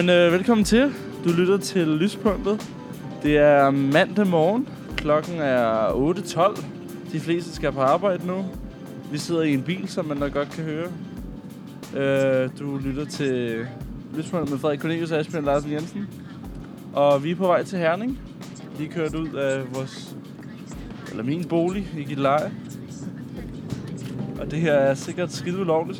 Jamen, velkommen til. Du lytter til Lyspunktet. Det er mandag morgen. Klokken er 8:12. De fleste skal på arbejde nu. Vi sidder i en bil, som man nok godt kan høre. Du lytter til Lyspunktet med Frederik Cornelius og Asbjørn Larsen Jensen. Og vi er på vej til Herning. Vi er kørt ud af min bolig i Gilleleje. Og det her er sikkert skidt ulovligt.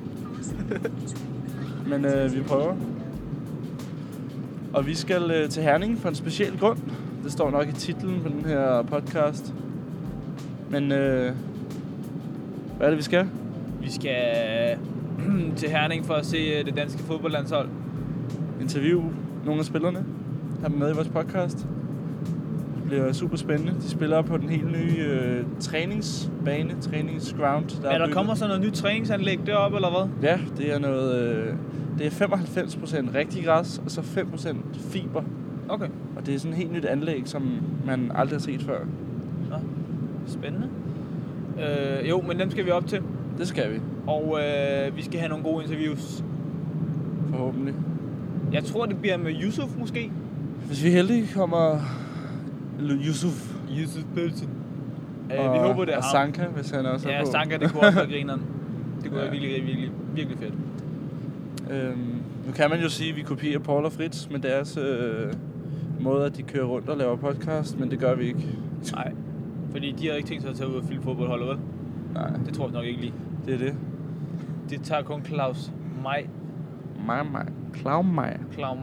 Men vi prøver. Og vi skal til Herning for en speciel grund. Det står nok i titlen på den her podcast. Men hvad er det, vi skal? Vi skal til Herning for at se det danske fodboldlandshold. Interview nogle af spillerne. Har dem med i vores podcast. Det bliver super spændende. De spiller på den helt nye træningsground. Der kommer så noget nyt træningsanlæg deroppe, eller hvad? Ja, det er noget... det er 95% rigtig græs, og så 5% fiber. Okay. Og det er sådan et helt nyt anlæg, som man aldrig har set før. Nå, spændende. Jo, men dem skal vi op til. Det skal vi. Og vi skal have nogle gode interviews. Forhåbentlig. Jeg tror, det bliver med Yusuf måske. Hvis vi er heldige, kommer Yusuf Bølsen. Vi håber, det er og ham. Sanka, hvis han også er på. Ja, Sanka, det kunne også være grineren. Det kunne være virkelig fedt. Nu kan man jo sige, at vi kopierer Paul og Fritz med deres måde, at de kører rundt og laver podcast, men det gør vi ikke. Nej, fordi de har ikke tænkt sig at tage ud og fylde fodboldholdet, vel? Nej. Det tror jeg nok ikke lige. Det er det. Det tager kun Claus Maj. Claus Maj.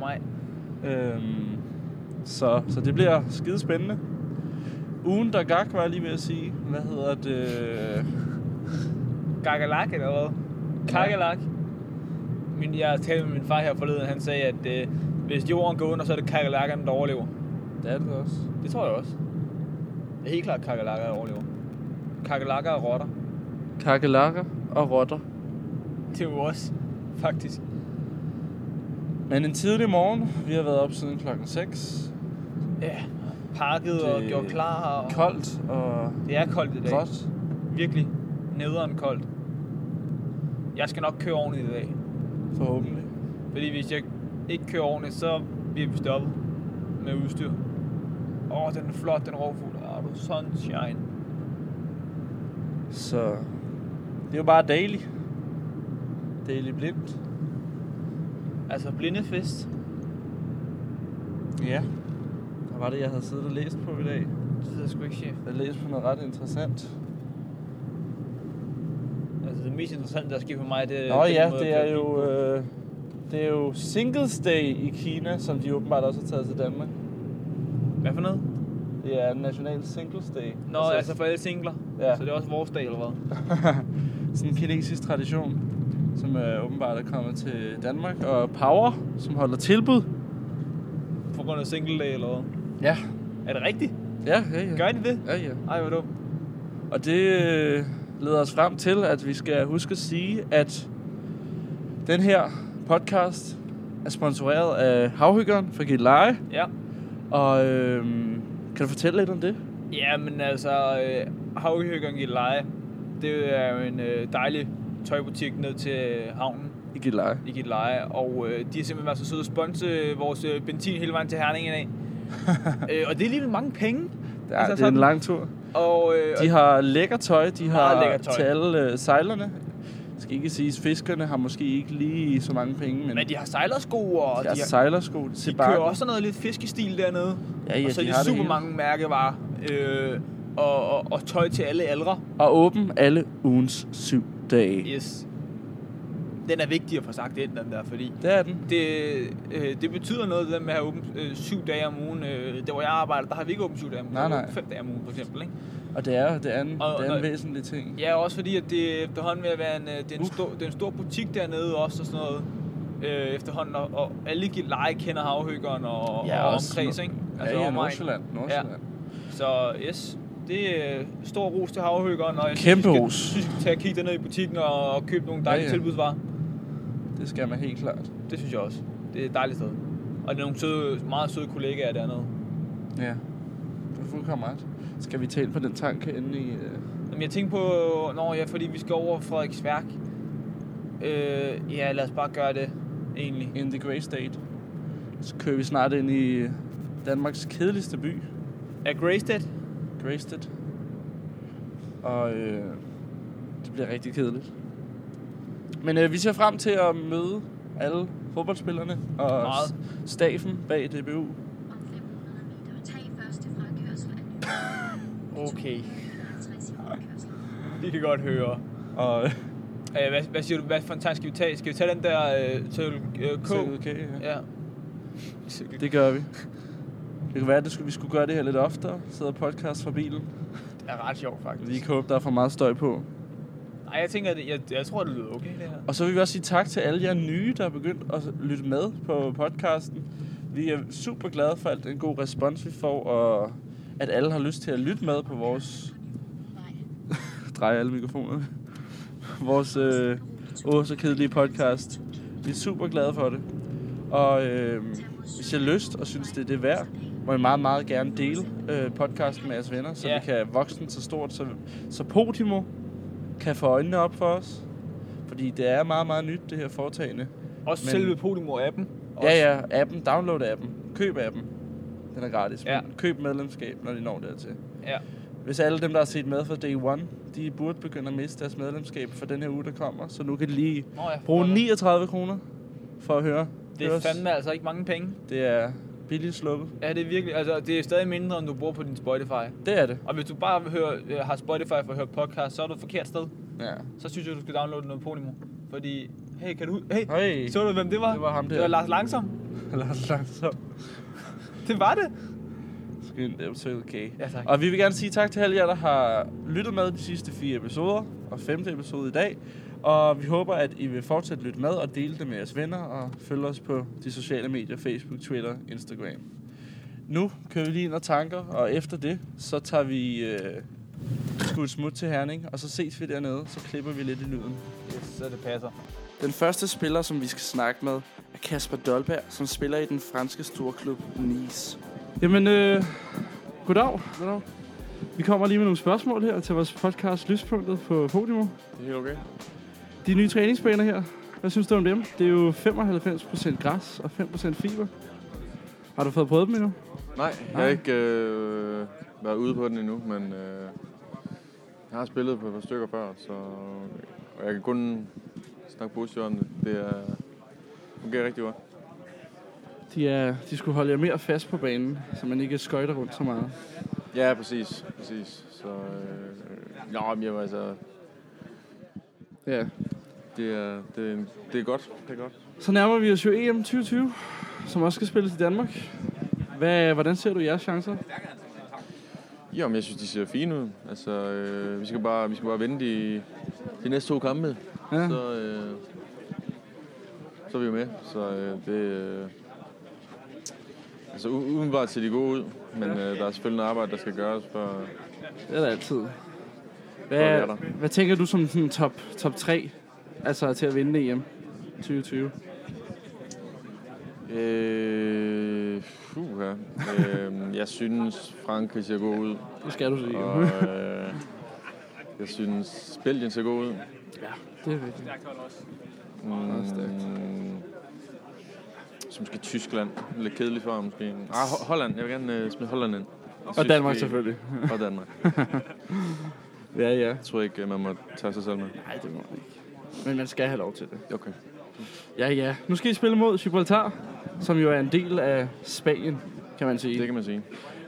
Så det bliver skide spændende. Ugen der gak, var jeg lige ved at sige. Hvad hedder det? Gagalak eller hvad? Kakalak. Jeg har talt med min far her forleden, han sagde, at hvis jorden går under, så er det kakalakkerne, der overlever. Det er det også. Det tror jeg også. Det er helt klart kakalakker, der overlever. Kakalakker og rotter. Kakelakker og rotter. Det er jo også, faktisk. Men en tidlig morgen. Vi har været op siden klokken 6. Ja, pakket og gjort klar. Og koldt og... Det er koldt i dag. Gråt. Virkelig nederen koldt. Jeg skal nok køre ordentligt i dag. Forhåbentlig. Fordi hvis jeg ikke kører ordentligt, så bliver vi stoppet med udstyr. Den er flot, den rovfugl. Sunshine. Så det er jo bare daily. Daily blindt. Altså blindefest. Ja. Hvad var det, jeg havde siddet og læst på i dag? Det er sgu ikke, chef. Jeg læste på noget ret interessant. Altså det mest interessante, der sker for mig, det er... Det er jo Singles Day i Kina, som de åbenbart også har taget til Danmark. Hvad for noget? Det er National Singles Day. Nå, altså for alle singler. Ja. Så det er også vores dag, eller hvad? Sådan en kinesisk tradition, som åbenbart er kommet til Danmark. Og Power, som holder tilbud. På grund af single day, eller hvad? Ja. Er det rigtigt? Ja. Gør de det? Ja. Ej, hvor dumt. Og det leder os frem til, at vi skal huske at sige, at den her podcast er sponsoreret af Havhyggeren fra Gilleleje. Ja. Og kan du fortælle lidt om det? Ja, men altså, Havhyggeren Gilleleje, det er jo en dejlig tøjbutik ned til havnen. I Gilleleje. Og de har simpelthen været så søde at sponse vores benzin hele vejen til Herning i dag. Og det er lige mange penge. Det er en lang tur. Og de har lækker tøj. De har lækker tøj til alle sejlerne. Det skal ikke siges, fiskerne har måske ikke lige så mange penge. Men de har sejlersko. Og de har sejlersko. De kører også sådan noget lidt fiskestil dernede. Ja, og så er de super mange mærkevarer. Og tøj til alle aldre. Og åben alle ugens 7 dage. Yes. Den er vigtig at få sagt ind, den der, fordi... Det er den. Det betyder noget, det der med at have åbent 7 dage om ugen. Der hvor jeg arbejder, der har vi ikke åbent 7 dage om ugen. Nej. 5 dage om ugen, for eksempel, ikke? Og det er en væsentlig ting. Ja, også fordi, at det efterhånden vil være det er en stor butik dernede også, og sådan noget efterhånden. Og alle Gilleleje kender Havhyggeren og omkreds, ikke? Altså Nordsjælland. Ja. Så yes, det er stor ros til Havhyggeren, og jeg synes, vi skal tage og kigge derned i butikken og købe nogle dejlige tilbudsvarer. Det skal man helt klart. Det synes jeg også. Det er et dejligt sted. Og det er nogle meget søde kollegaer dernede. Ja, det er fuldkommen ret. Skal vi tale på den tanke inde i... Jamen, jeg tænker på... fordi vi skal over Frederiksværk. Ja, lad os bare gøre det, egentlig. In the Grey State. så kører vi snart ind i Danmarks kedeligste by. Er Græsted? Græsted. Og det bliver rigtig kedeligt. Men vi ser frem til at møde alle fodboldspillerne og staffen bag DBU. Okay. Vi kan godt høre. Og hvad siger du? Hvad for en tegn skal vi tage? Skal vi tage den der K? Ja. Det gør vi. Det kan være, at vi skulle gøre det her lidt oftere. Sidde og podcast fra bilen. Det er ret sjovt, faktisk. Vi kan håbe, der er for meget støj på. Nej, jeg tænker, jeg tror, det lyder okay, det her. Og så vil vi også sige tak til alle jer nye, der er begyndt at lytte med på podcasten. Vi er super glade for alt den gode respons, vi får, og at alle har lyst til at lytte med på vores... Dreje alle mikrofonerne. Vores så kedelige podcast. Vi er super glade for det. Og hvis I har lyst og synes, det er værd, må I meget, meget gerne dele podcasten med jeres venner, så vi kan vokse den så stort, så Podimo kan få øjnene op for os. Fordi det er meget, meget nyt, det her foretagende. Også selve Podimo-appen? Ja, appen. Download appen. Køb appen. Den er gratis. Ja. Køb medlemskab, når de når dertil. Ja. Hvis alle dem, der har set med fra Day One, de burde begynde at miste deres medlemskab for den her uge, der kommer. Så nu kan de lige bruge 39 kroner for at høre. Det er fandme altså ikke mange penge. Det er billigt sluppet. Ja, det er virkelig. Altså, det er stadig mindre, end du bruger på din Spotify. Det er det. Og hvis du bare har Spotify for at høre podcast, så er du et forkert sted. Ja. Så synes jeg, du skal downloade noget Podimo. Fordi, hey, så du, hvem det var? Det var ham der. Det var Lars Langsom. Lars Langsom. Det var det. Det er okay. Ja, tak. Og vi vil gerne sige tak til alle jer, der har lyttet med de sidste 4 episoder, og 5. episode i dag. Og vi håber, at I vil fortsætte lytte med og dele det med jeres venner, og følge os på de sociale medier, Facebook, Twitter, Instagram. Nu kører vi lige ind og tanker, og efter det, så tager vi skud smut til Herning, og så ses vi dernede, så klipper vi lidt i lyden. Yes, så det passer. Den første spiller, som vi skal snakke med, er Kasper Dolberg, som spiller i den franske storklub Nice. Jamen, goddag. Vi kommer lige med nogle spørgsmål her til vores podcast Lyspunktet på Podimo. Det er helt okay. De nye træningsbaner her, hvad synes du om dem? Det er jo 95% græs og 5% fiber. Har du fået prøvet dem endnu? Nej, jeg har ikke været ude på den endnu, men jeg har spillet på et par stykker før, så og jeg kan kun snakke positivt om det. Det fungerer rigtig godt. De skulle holde jer mere fast på banen, så man ikke skøjter rundt så meget. Ja, præcis. Så, men altså... Ja. Det er godt. Det er godt. Så nærmer vi os jo EM 2020, som også skal spilles i Danmark. Hvordan ser du jeres chancer? Jamen, jeg synes, de ser fine ud. Altså, vi skal bare vinde de næste 2 kampe. Ja. Så er vi jo med. Så altså, udenbart ser de gode ud, men der er selvfølgelig noget arbejde, der skal gøres for... Det er der altid. Hvad tænker du som sådan top 3, altså til at vinde EM 2020? Jeg synes, Frankrig ser god ud. Det skal du sige. Og jeg synes, Belgien ser god ud. Ja, det er vigtigt. Så måske Tyskland. Lidt kedeligt for måske. Holland. Jeg vil gerne smide Holland ind. Og Danmark selvfølgelig. Og Danmark. Ja. Jeg tror ikke, man må tage sig selv med. Nej, det må man ikke. Men man skal have lov til det. Okay. Ja. Nu skal I spille mod Gibraltar, som jo er en del af Spanien, kan man sige. Det kan man sige.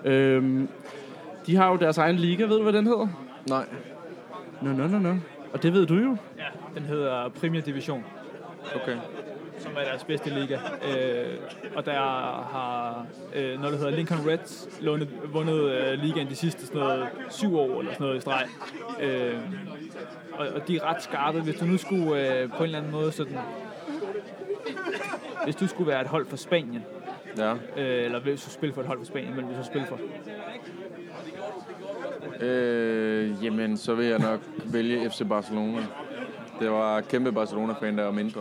De har jo deres egen liga. Ved du, hvad den hedder? Nej. No. Og det ved du jo. Ja, den hedder Premier Division. Okay. Som er deres bedste liga. Og der har noget, der hedder Lincoln Reds, vundet ligaen de sidste sådan noget 7 år eller sådan noget i streg. Og de er ret skarpe. Hvis du nu skulle på en eller anden måde sådan... Hvis du skulle være et hold for Spanien, eller hvis du spille for et hold for Spanien, men hvis du spille for... Jamen, så vil jeg nok vælge FC Barcelona. Det var kæmpe Barcelona-fan, der var mindre.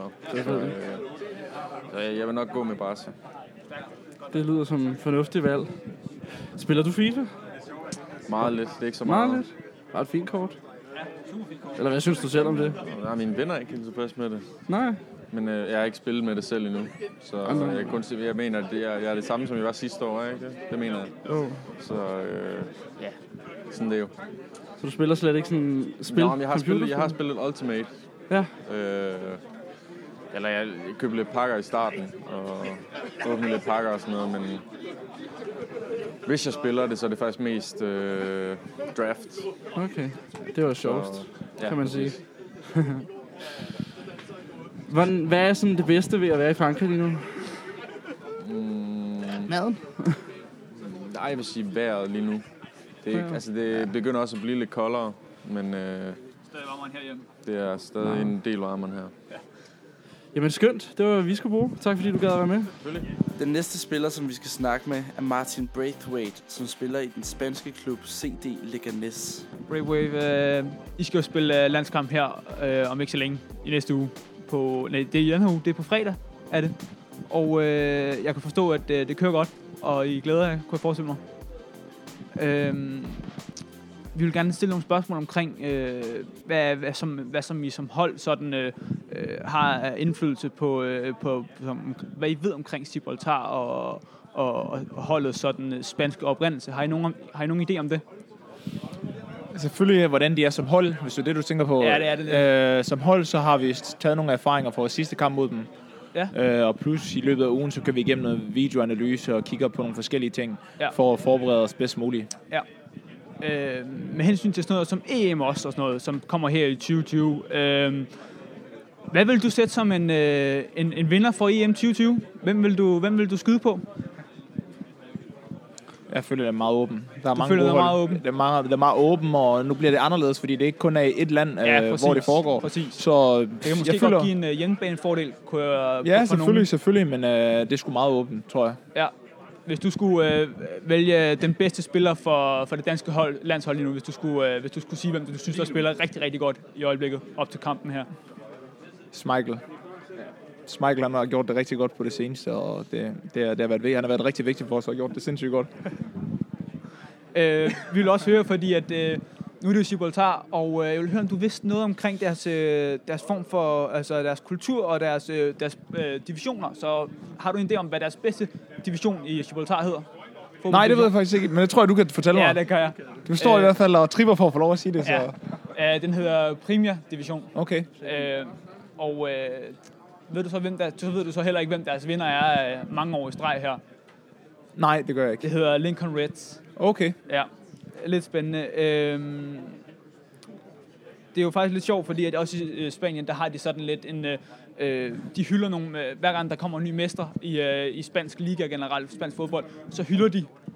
Så jeg vil nok gå med Barca. Det lyder som en fornuftig valg. Spiller du FIFA? Meget lidt. Det er ikke så meget. Meget lidt? Bare et fint kort? Eller hvad synes du selv om det? Nej, mine venner er ikke helt tilpas med det. Nej. Men jeg har ikke spillet med det selv endnu. Så jeg mener, at jeg er det samme, som jeg var sidste år, ikke? Det mener jeg. Så sådan det er jo. Så du spiller slet ikke sådan spil? Nå, jeg har spillet Ultimate. Ja. Eller jeg købte lidt pakker i starten, og åbnede lidt pakker og sådan noget, men hvis jeg spiller det, så er det faktisk mest draft. Okay, det var sjovt, kan man sige. Hvad er sådan det bedste ved at være i Frankrig lige nu? Maden? Nej, jeg vil sige vejret lige nu. Det begynder også at blive lidt koldere, men stadig varmere herhjemme. Det er stadig en del varmere her. Ja. Jamen skønt, det var hvad vi skulle bruge. Tak fordi du gad at være med. Selvfølgelig. Den næste spiller, som vi skal snakke med, er Martin Braithwaite, som spiller i den spanske klub CD Leganés. Braithwaite, I skal jo spille landskamp her om ikke så længe i næste uge. Det er i den her uge, det er på fredag, er det. Og jeg kan forstå, at det kører godt, og I glæder jer, kunne jeg forestille mig. Vi vil gerne stille nogle spørgsmål omkring, hvad som I som hold sådan, har indflydelse på hvad I ved omkring Gibraltar og holdet sådan spanske oprindelse. Har I nogen idé om det? Selvfølgelig, hvordan de er som hold, hvis det er det, du tænker på. Ja, det er det. Som hold, så har vi taget nogle erfaringer fra vores sidste kamp mod dem. Ja. Og plus i løbet af ugen, så kan vi igennem noget videoanalyse og kigge på nogle forskellige ting, for at forberede os bedst muligt. Ja. Med hensyn til sådan noget som EM også, og sådan noget, som kommer her i 2020. Hvad vil du sætte som en vinder for EM 2020? Hvem vil du skyde på? Jeg føler, det er meget åben. Det er meget åben, og nu bliver det anderledes, fordi det ikke kun er i et land, hvor det foregår. Præcis. Så det kan måske godt give en hjemmebanefordel. Selvfølgelig, men det er sgu meget åbent, tror jeg. Ja. Hvis du skulle vælge den bedste spiller for det danske landshold lige nu, hvis du skulle sige, hvem du synes, der spiller rigtig, rigtig godt i øjeblikket op til kampen her. Schmeichel, han har gjort det rigtig godt på det seneste, og det har været ved. Han har været rigtig vigtig for os og gjort det sindssygt godt. Vi vil også høre, fordi at nu er det jo Gibraltar, og jeg vil høre, om du vidste noget omkring deres form for, altså deres kultur og deres divisioner. Så har du en idé om, hvad deres bedste division i Gibraltar hedder? Nej, det ved jeg faktisk ikke, men jeg tror, du kan fortælle mig. Ja, det kan jeg. Du står i hvert fald og tripper for at få lov at sige det. Så. Ja, den hedder Premier Division. Okay. Og ved du så heller ikke, hvem deres vinder er mange år i streg her? Nej, det gør jeg ikke. Det hedder Lincoln Reds. Okay. Ja, lidt spændende. Det er jo faktisk lidt sjovt, fordi at også i Spanien, der har de sådan lidt en... de hylder nogle... hver gang der kommer en ny mester i spansk liga generelt, spansk fodbold, så hylder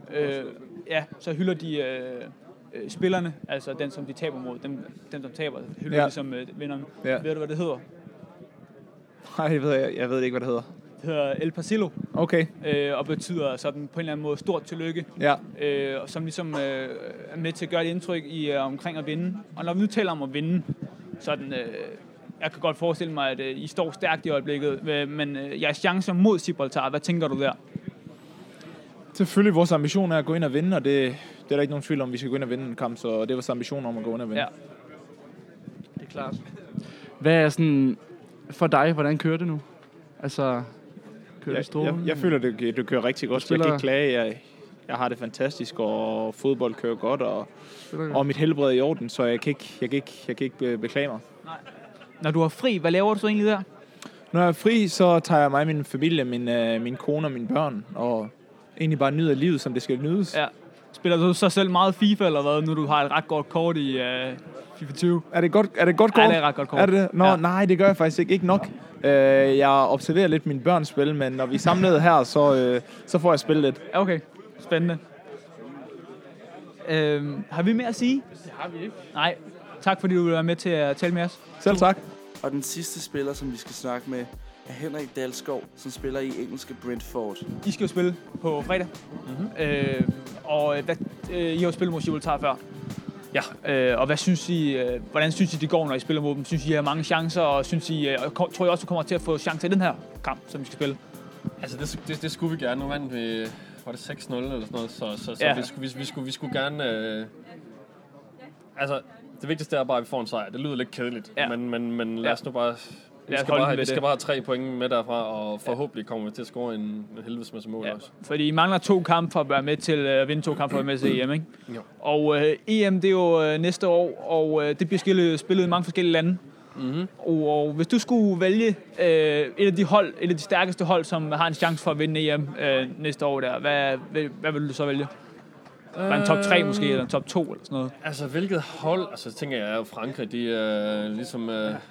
de... spillerne, altså den, som de taber mod, dem som taber, hylder de som vinderne. Ja. Ved du, hvad det hedder? Nej, jeg ved ikke, hvad det hedder. Det hedder El Pasillo. Okay. Og betyder sådan på en eller anden måde stort tillykke. Ja. Og som ligesom er med til at gøre et indtryk omkring at vinde. Og når vi nu taler om at vinde, sådan... jeg kan godt forestille mig, at I står stærkt i øjeblikket, men jeres chancer mod Gibraltar, hvad tænker du der? Selvfølgelig, vores ambition er at gå ind og vinde, og det er der ikke nogen tvivl om, vi skal gå ind og vinde en kamp, så det er vores ambition om at gå ind og vinde. Ja. Det er klart. Hvad er sådan for dig, hvordan kører det nu? Altså, kører det strålende? Jeg føler, det kører rigtig godt. Jeg kan ikke klage. Jeg har det fantastisk, og fodbold kører godt, og mit helbred er i orden, så jeg kan ikke beklage mig. Nej. Når du har fri, hvad laver du så egentlig der? Når jeg er fri, så tager jeg mig min familie, min kone og mine børn, og egentlig bare nyder livet, som det skal nydes. Ja. Spiller du så selv meget FIFA, eller hvad, nu du har et ret godt kort i FIFA 20? Er det godt kort? Ja, det er et ret godt kort. Er det? Nej, det gør jeg faktisk ikke nok. Jeg observerer lidt mine børns spil, men når vi er samlet her, så får jeg spillet lidt. Okay, spændende. Har vi mere at sige? Det har vi ikke. Nej. Tak fordi du vil være med til at tale med os. Selv tak. Og den sidste spiller, som vi skal snakke med, er Henrik Dalsgaard, som spiller i engelske Brentford. I skal jo spille på fredag. Mm-hmm. I har jo spillet mod Gibraltar før. Ja. Og hvordan synes I, det går, når I spiller mod dem? Synes I har mange chancer, og tror I også, du kommer til at få chancer i den her kamp, som vi skal spille? Altså, det skulle vi gerne. Nu vandt vi, var det 6-0 eller sådan noget, så ja. vi skulle gerne... Altså, det vigtigste er bare, at vi får en sejr. Det lyder lidt kedeligt, ja. men lad os nu bare Vi skal bare have 3 point med derfra, og forhåbentlig kommer vi til at score en helvedes masse mål også. Fordi I mangler 2 kampe for at være med til at vinde 2 kampe for at være med til EM, ikke? Jo. Og EM, det er jo næste år, og det bliver spillet i mange forskellige lande. Mm-hmm. Og hvis du skulle vælge et af de stærkeste hold, som har en chance for at vinde EM næste år der, hvad vil du så vælge? Var en top 3 måske, eller en top 2 eller sådan noget? Altså, hvilket hold? Altså, tænker jeg jo Frankrig, de er ligesom...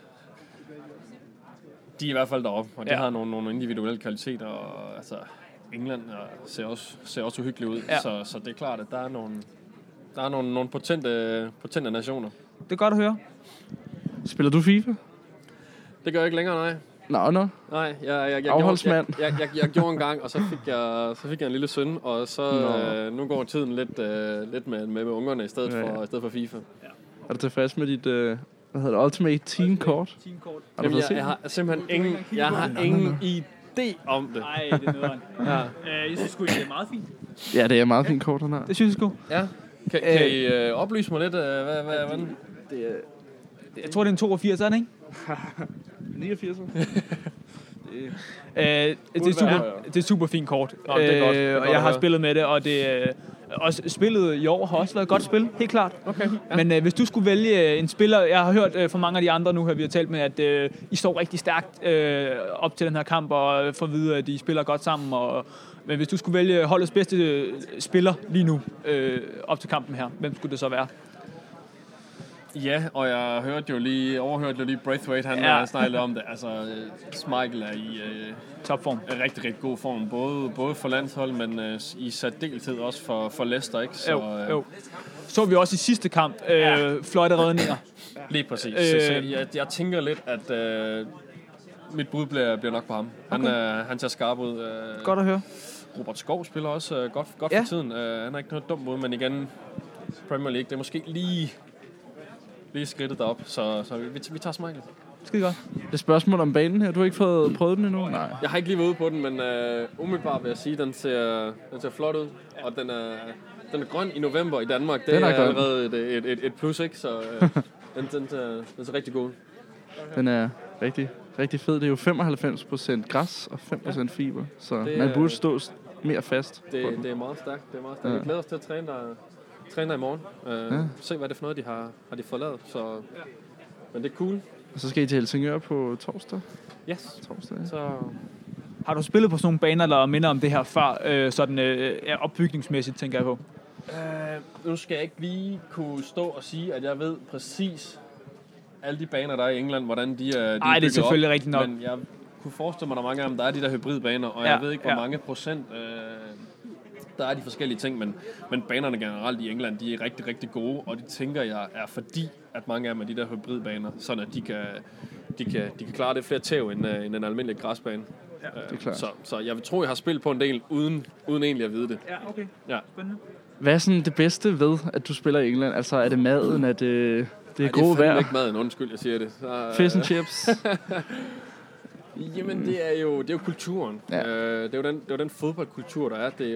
de er i hvert fald deroppe, og de har nogle individuelle kvaliteter, og altså, England ser også uhyggeligt ud, så det er klart, at der er nogle potente nationer. Det er godt at høre. Spiller du FIFA? Det gør jeg ikke længere, nej. Nå. Nej, jeg gjorde en gang, og så fik jeg en lille søn, og så nu går tiden lidt med ungerne i stedet for FIFA. Ja. Er du tilfreds med dit Ultimate Team-kort? Jamen, jeg har simpelthen ingen idé om det. Nej, det er noget. Jeg synes det er meget fint. Ja, det er meget fint kort, han har. Det synes jeg sgu. Ja. Kan I oplyse mig lidt, hvad det er? Jeg tror, det er en 82, er det ikke? 89. Det er super fint kort. Nå, det er godt. Og jeg har spillet med det, og det også spillet i år har også været et godt spil, helt klart. Okay. Ja. Men hvis du skulle vælge en spiller, jeg har hørt fra mange af de andre nu her, vi har talt med, at I står rigtig stærkt op til den her kamp, og får at vide, at de spiller godt sammen. Men hvis du skulle vælge holdets bedste spiller lige nu op til kampen her, hvem skulle det så være? Ja, og jeg overhørte jo lige Braithwaite, han snakkede om det. Altså, Schmeichel er i topform. Rigtig, rigtig god form, både for landshold, men i særdeleshed også for Leicester, ikke? Så vi også i sidste kamp fløjte redninger. Lige præcis. Så jeg tænker lidt, at mit bud bliver nok på ham. Okay. Han ser skarp ud. Godt at høre. Robert Skov spiller også godt for tiden. Han er ikke noget dumt ud, men igen, Premier League, det er måske lige skridtet derop, så vi tager Schmeichel. Skide godt. Det er spørgsmål om banen her. Du har ikke fået prøvet den endnu? Nej. Jeg har ikke lige været ude på den, men umiddelbart vil jeg sige, den ser flot ud. Og den er grøn i november i Danmark. Det er allerede et plus, ikke? Så den ser rigtig god ud. Den er rigtig, rigtig fed. Det er jo 95% græs og 5% fiber. Så man burde stå mere fast. Det er meget stærkt. Ja. Jeg glæder os til at træne der i morgen. Se, hvad det er for noget, de har fået lavet. Men det er cool. Og så skal I til Helsingør på torsdag? Yes. Torsdag, ja. Så har du spillet på sådan nogle baner, der minder om det her før, opbygningsmæssigt, tænker jeg på? Nu skal jeg ikke lige kunne stå og sige, at jeg ved præcis alle de baner, der er i England, hvordan de er bygget det er selvfølgelig op. Rigtigt nok. Men jeg kunne forestille mig, der er mange af dem, der er de der hybridbaner, og jeg ved ikke, hvor mange procent der er de forskellige ting, men banerne generelt i England, de er rigtig, rigtig gode, og det tænker jeg er fordi, at mange af dem er de der hybridbaner, sådan at de kan klare det flere tæv end en almindelig græsbane. Ja, det er klart. Så jeg vil tro, jeg har spillet på en del, uden egentlig at vide det. Ja, okay. Ja. Spændende. Hvad er sådan det bedste ved, at du spiller i England? Altså, er det maden? Er det gode vejr? Det er ikke maden, undskyld, jeg siger det. Fish and chips? Jamen, det er jo kulturen. Ja. Det er jo den fodboldkultur, der er. Det er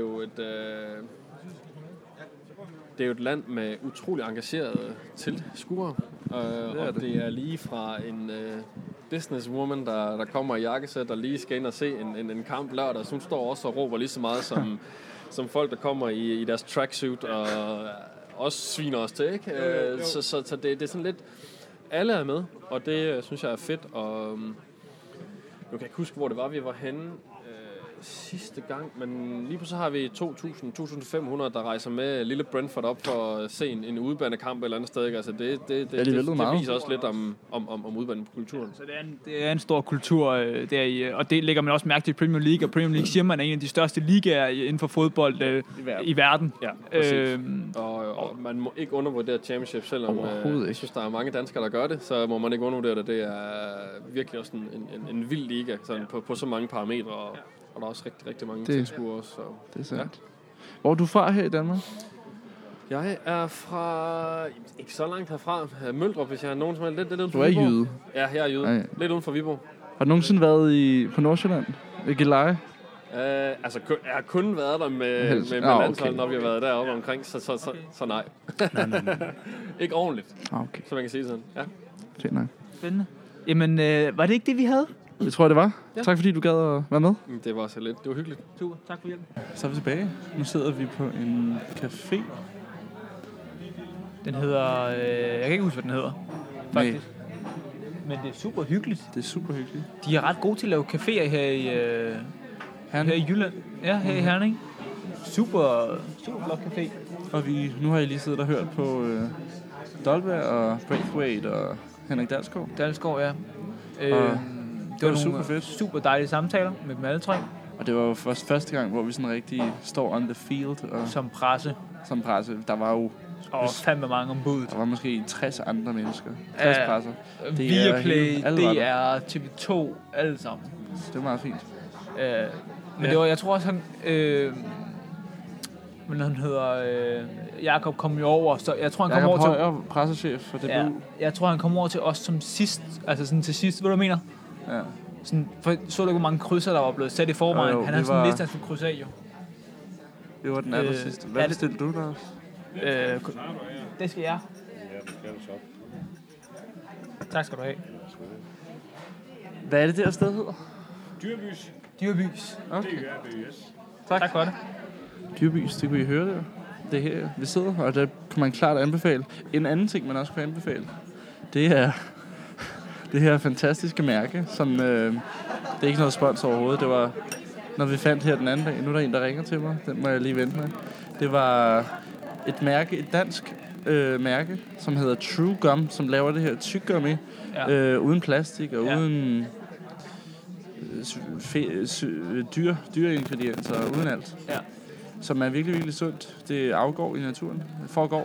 jo et land med utrolig engagerede tilskuere. Og det er lige fra en businesswoman, der kommer i jakkesæt og lige skal ind og se en kamp lørdag. Så hun står også og råber lige så meget som folk, der kommer i deres tracksuit og også sviner os til, ikke? Så det er sådan lidt... Alle er med, og det synes jeg er fedt, og... Nu kan jeg ikke huske, hvor det var, vi var henne sidste gang, men lige på så har vi 2.500, der rejser med lille Brentford op for at se en udebanekamp et eller andet sted. Altså det viser også lidt om udebanekulturen. Så det er en stor kultur deri, og det lægger man også mærke til i Premier League, og Premier League siger man er en af de største ligaer inden for fodbold i verden. Ja, præcis. Og man må ikke undervurdere Championship, selvom jeg synes, der er mange danskere, der gør det, så må man ikke undervurdere det. Det er virkelig også en vild liga sådan på så mange parametre, og der er også rigtig, rigtig mange tilskuere også. Så. Det er sandt. Ja. Hvor er du fra her i Danmark? Jeg er fra... Ikke så langt herfra. Møldrup, hvis jeg har nogen som helst. Lidt uden for Viborg. Du er jyde? Ja, jeg er jyde. Ja. Lidt uden for Viborg. Har du nogensinde været på Nordsjælland? I Gilleleje? Jeg har kun været der med landshold, når vi har været deroppe omkring, så nej. Ikke ordentligt, okay. så man kan sige sådan. Ja. Fedt nok. Spændende. Jamen, var det ikke det, vi havde? Det tror jeg, det var. Ja. Tak fordi du gad at være med. Det var så lidt. Det var hyggeligt. Super, tak for hjælpen. Så er vi tilbage. Nu sidder vi på en café. Den hedder... jeg kan ikke huske, hvad den hedder. Faktisk. Men det er super hyggeligt. Det er super hyggeligt. De er ret gode til at lave caféer her i... her i Jylland. Ja, her i Herning. Super flot café. Og nu har I lige siddet og hørt på Dolberg og Braithwaite og Henrik Dalsgaard. Dalsgaard, ja. Det var super nogle fedt. super dejlige samtaler med dem alle tre. Og det var jo første gang, hvor vi sådan rigtig står on the field. Og Som presse. Der var jo... Og fandme mange ombud. Der var måske 60 andre mennesker. 60 presser. Viaplay, DR, TV2, alle sammen. Det var meget fint. Men det var, jeg tror også, men han hedder Jakob kom jo over, så jeg tror han kom over til Højer, pressechef for DBU. Ja, jeg tror han kom over til os som sidst, altså sådan til sidst, hvad du mener? Ja. Sådan, for så du hvor mange krydser der var blevet sat i forvejen. Jo, han havde sådan en liste, han skulle krydse af jo. Det var den aller sidste. Hvad bestilte du der? Det skal jeg. Tak skal du have. Hvad er det der sted hedder? Dyrebys. Okay. Tak for det. Dyrbys, det kunne I høre der. Det er her, vi sidder, og der kan man klart anbefale. En anden ting, man også kan anbefale, det er det her fantastiske mærke, som det er ikke noget spons overhovedet. Det var, når vi fandt her den anden dag, nu er der en, der ringer til mig. Den må jeg lige vente med. Det var et dansk mærke, som hedder True Gum, som laver det her tyggegummi, uden plastik og uden dyreingredienser og uden alt. Ja. Som er virkelig, virkelig sundt. Det afgår i naturen. Forgår.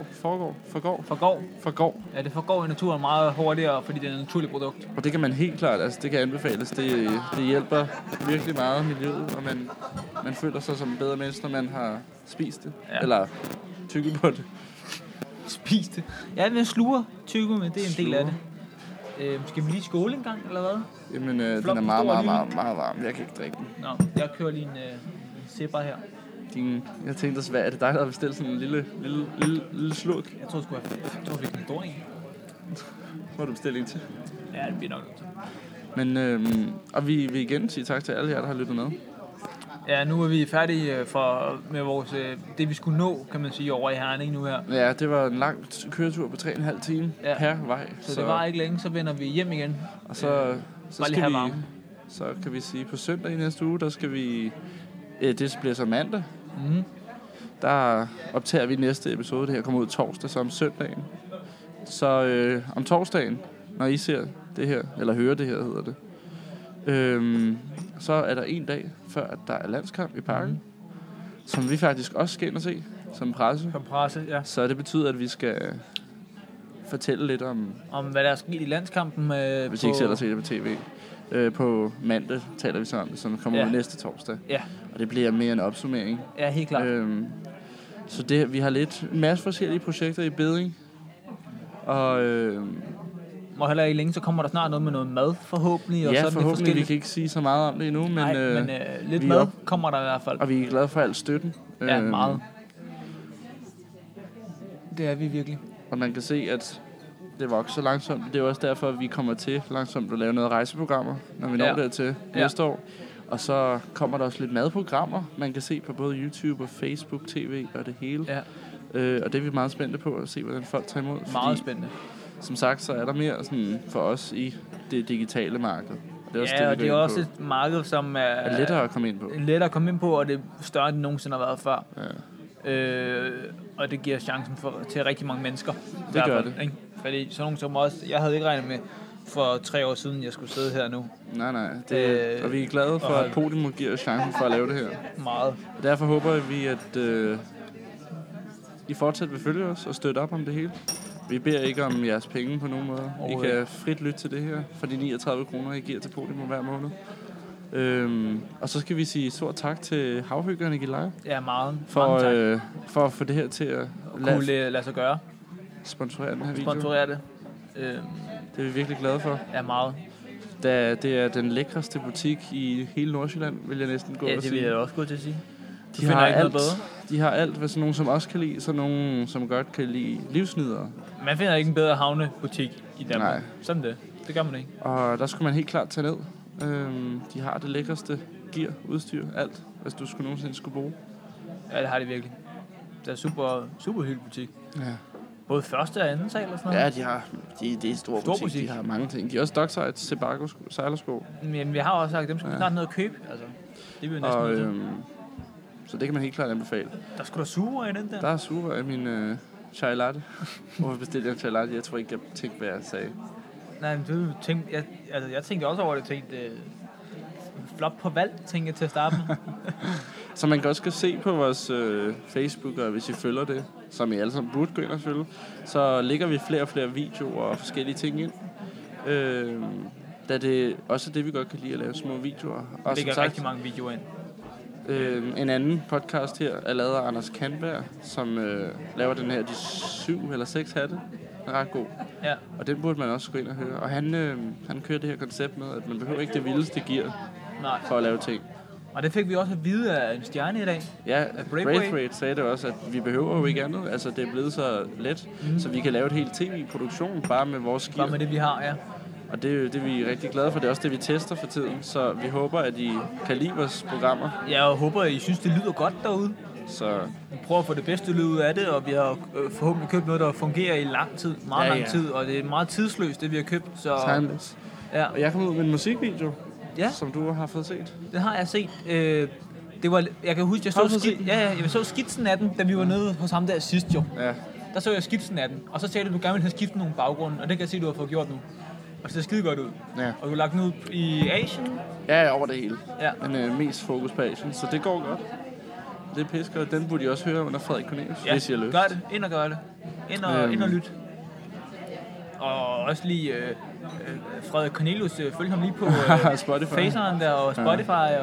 Ja, det forgår i naturen meget hurtigere, fordi det er et naturligt produkt. Og det kan man helt klart, altså det kan anbefales. Det hjælper virkelig meget miljøet, og man føler sig som en bedre menneske, når man har spist det. Ja. Eller tygget på det. Spist det? Ja, men sluger tygge, men det er en del af det. Skal vi lige skåle en gang, eller hvad? Jamen, den er meget varm. Jeg kan ikke drikke den. Nå, jeg kører lige en sipper her. Jeg tænkte, hvad er det dig, der har bestilt sådan en lille slurk? Jeg tror, vi fik en stor en. Hvor har du bestilt en til? Ja, det bliver nok til. Men, og vi vil igen sige tak til alle jer, der har lyttet med. Ja, nu er vi færdige med vores, det vi skulle nå, kan man sige, over i Herning nu her. Ja, det var en lang køretur på 3,5 timer per vej. Så det var ikke længe, så vender vi hjem igen. Og så skal vi, så kan vi sige, på søndag i næste uge, der skal vi, det bliver så mandag. Mm-hmm. Der optager vi næste episode, det her kommer ud torsdag, så om søndagen. Så om torsdagen, når I ser det her, eller hører det her, hedder det, så er der en dag, før at der er landskamp i parken, som vi faktisk også skal ind og se, som presse. Som presse, ja. Så det betyder, at vi skal fortælle lidt om hvad der er sket i landskampen. Hvis I ikke selv har set det på tv. På mandag taler vi så om det, som kommer ud næste torsdag. Ja. Og det bliver mere en opsummering. Ja, helt klart. Så vi har en masse forskellige projekter i beding. Og og heller ikke længe, så kommer der snart noget med noget mad, forhåbentlig. Og ja, sådan forhåbentlig. Vi kan ikke sige så meget om det endnu, men lidt mad kommer der i hvert fald. Og vi er glade for al støtten. Ja, meget. Det er vi virkelig. Og man kan se, at det vokser langsomt. Det er også derfor, at vi kommer til langsomt at lave noget rejseprogrammer, når vi når dertil næste år. Og så kommer der også lidt madprogrammer, man kan se på både YouTube og Facebook, TV og det hele. Ja. Og det er vi meget spændte på at se, hvordan folk tager imod. Meget spændende. Som sagt, så er der mere sådan for os i det digitale marked. Og det er også og det er også et marked, som er lettere at komme ind på. Lettere at komme ind på, og det er større, end det nogensinde har været før. Ja. Og det giver chancen til rigtig mange mennesker. Det gør det. Ikke? Fordi sådan nogen som også, jeg havde ikke regnet med for 3 år siden, jeg skulle sidde her nu. Nej. Og vi er glade for, at Podimo giver chancen for at lave det her. Meget. Og derfor håber vi, at I fortsat vil følge os og støtte op om det hele. Vi beder ikke om jeres penge på nogen måde. I kan frit lytte til det her for de 39 kroner, I giver til Podimo hver måned. Og så skal vi sige stort tak til Havhyggerne i Gilleleje. Ja, meget. For at få det her til at lade sig gøre. Sponsorere den her video. Sponsorere det. Det er vi virkelig glade for. Ja, meget. Da det er den lækreste butik i hele Nordsjælland, vil jeg næsten gå og sige. Ja, det vil jeg også gå til at sige. De har alt, hvad sådan nogen som også kan lide, så nogen som godt kan lide livsnydere. Man finder ikke en bedre havnebutik i Danmark. Nej. Sådan det. det gør man ikke. Og der skulle man helt klart tage ned. De har det lækreste gear, udstyr, alt, hvis du nogensinde skulle bruge. Ja, det har de virkelig. Det er super hyggelig butik. Ja. Både første og anden sal og sådan noget. Ja, det er store butik. De har mange ting. De har også Dockside, Sebago sejlersko. Men vi har også sagt, at dem skal vi snart ned og købe. Altså, det vil næsten nødt til. Så det kan man helt klart anbefale. Der skulle der sugerør i den der. Der er sugerør i min chai latte. Hvorfor bestilte jeg chai latte? Jeg tror ikke, jeg tænkte, hvad jeg sagde. Nej, men jeg tænkte også over det. Flop på valg, tænkte jeg til at starte med. Så man kan også se på vores Facebook, og hvis I følger det, som I alle sammen burde gå ind og følge, så lægger vi flere og flere videoer og forskellige ting ind. Da det også er det, vi godt kan lide at lave små videoer. Og lægger sagt, rigtig mange videoer ind. En anden podcast her er lavet af Anders Kandberg, som laver den her, de 7 eller 6 hatte. Den er ret god. Ja. Og den burde man også gå ind og høre. Og han kører det her koncept med, at man behøver ikke det vildeste gear for at lave ting. Og det fik vi også at vide af en stjerne i dag. Ja, Braithwaite sagde det også, at vi behøver jo ikke andet. Altså, det er blevet så let, så vi kan lave et helt tv-produktion bare med vores gear. Bare med det, vi har, ja. Og det er vi rigtig glade for. Det er også det, vi tester for tiden. Så vi håber, at I kan lide vores programmer. Ja, og håber, at I synes, det lyder godt derude. Så vi prøver at få det bedste lyd ud af det, og vi har forhåbentlig købt noget, der fungerer i lang tid. Meget lang tid, og det er meget tidsløst, det vi har købt. Så ja. Og jeg kom ud med en musikvideo, som du har fået set. Det har jeg set. Jeg kan huske, jeg så skitsen af den, da vi var nede hos ham der sidst jo. Ja. Der så jeg skitsen af den, og så sagde du gerne ville have skiftet nogle baggrunde, og det kan jeg se, du har fået gjort nu. Og det ser skide godt ud. Ja. Og du har lagt den ud i Asien? Ja, over det hele. Ja. Men mest fokus på Asien, så det går godt. Det er pisker, og den burde I også høre under Frederik Cornelius, hvis I har lyst. Gør det. Ind og gør det. Ind og lyt. Og også lige Frederik Cornelius, følg ham lige på Faceren der og Spotify.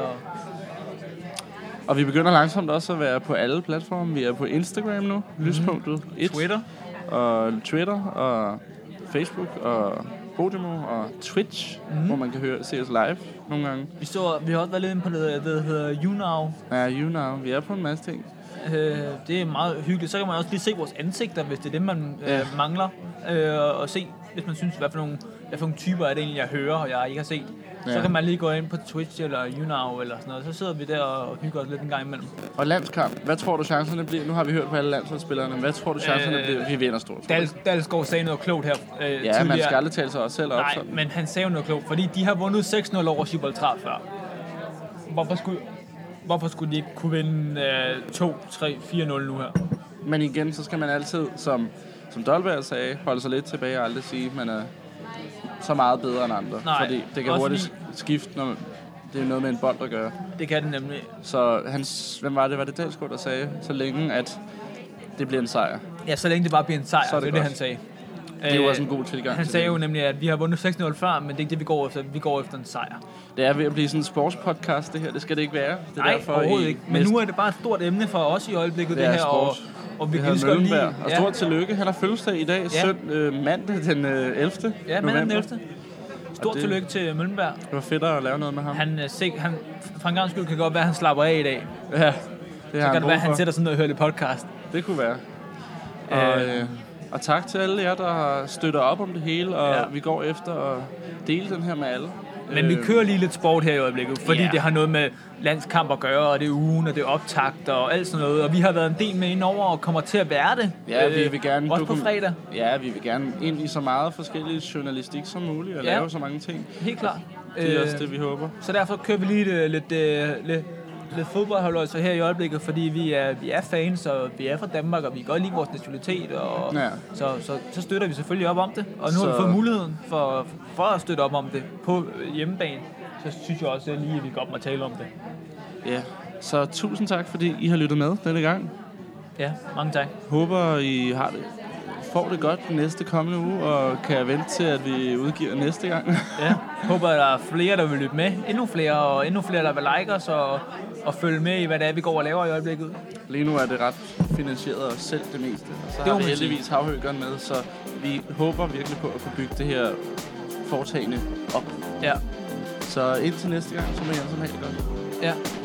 Og vi begynder langsomt også at være på alle platforme. Vi er på Instagram nu, Lyspunktet 1. Twitter og Facebook og Podimo og Twitch, hvor man kan se os live nogle gange. Vi har også været lidt inde på det, der hedder YouNow. Ja, YouNow. Vi er på en masse ting. Det er meget hyggeligt. Så kan man også lige se vores ansigter, hvis det er det, man mangler. Og se, hvis man synes, hvad for nogle typer er det egentlig, jeg hører, og jeg ikke har set. Ja. Så kan man lige gå ind på Twitch eller YouNow eller sådan noget. Så sidder vi der og hygger os lidt en gang imellem. Og landskamp. Hvad tror du chancerne bliver? Nu har vi hørt på alle landsholdsspillerne. Hvad tror du chancerne bliver? Vi vinder stort. Dalsgaard sagde noget klogt her tidligere. Man skal aldrig tale sig også selv op. Nej, men han sagde noget klogt, fordi de har vundet 6-0 over Gibraltar før. Hvorfor skulle de ikke kunne vinde 2-3-4-0 nu her? Men igen, så skal man altid, som Dolberg sagde, holde sig lidt tilbage og aldrig sige, at man er så meget bedre end andre. Nej, fordi det kan hurtigt skifte, når det er noget med en bold at gøre. Det kan det nemlig. Så hvem var det? Var det Dalsgaard, der sagde, så længe at det bliver en sejr? Ja, så længe det bare bliver en sejr, så er det han sagde. Det er jo også en god tilgang. Han sagde jo nemlig, at vi har vundet 6-0 før, men det er ikke det, vi går efter. Vi går efter en sejr. Det er ved at blive sådan en sportspodcast, det her. Det skal det ikke være. Det nej, derfor overhovedet ikke. Men nu er det bare et stort emne for os i øjeblikket, det her. Sport. Og vi kan lige lide. Og stort tillykke. Han har fødselsdag i dag, mandag den 11. Ja, mandag den 11. Stort tillykke til Møllenberg. Det var fedt at lave noget med ham. Han for en gang skyld kan godt være, at han slapper af i dag. Ja, det så kan det være, at han sætter sådan noget og hører lidt podcast. Det kunne være. Og tak til alle jer, der støtter op om det hele, og vi går efter at dele den her med alle. Men vi kører lige lidt sport her i øjeblikket, fordi det har noget med landskamp at gøre, og det er ugen, og det er optakt og alt sådan noget. Og vi har været en del med indover og kommer til at være det. Ja, vi vil gerne også på fredag. Ja, vi vil gerne ind i så meget forskellig journalistik som muligt og lave så mange ting. Helt klart. Det er også det, vi håber. Så derfor kører vi lige lidt fodboldholdøjser her i øjeblikket, fordi vi er fans, og vi er fra Danmark, og vi kan godt lide vores nationalitet, og så støtter vi selvfølgelig op om det. Og nu har vi fået muligheden for at støtte op om det på hjemmebane, så synes jeg også lige, at vi godt må tale om det. Ja, så tusind tak, fordi I har lyttet med denne gang. Ja, mange tak. Håber, I får det godt næste kommende uge, og kan vente til, at vi udgiver næste gang. Ja, håber, at der er flere, der vil lytte med. Endnu flere, der vil like os og følge med i, hvad det er, vi går og laver i øjeblikket. Lige nu er det ret finansieret os selv det meste. Og så har vi heldigvis havhøgeren med, så vi håber virkelig på at kunne bygge det her foretagende op. Ja. Så indtil næste gang, så må I altså have det godt. Ja.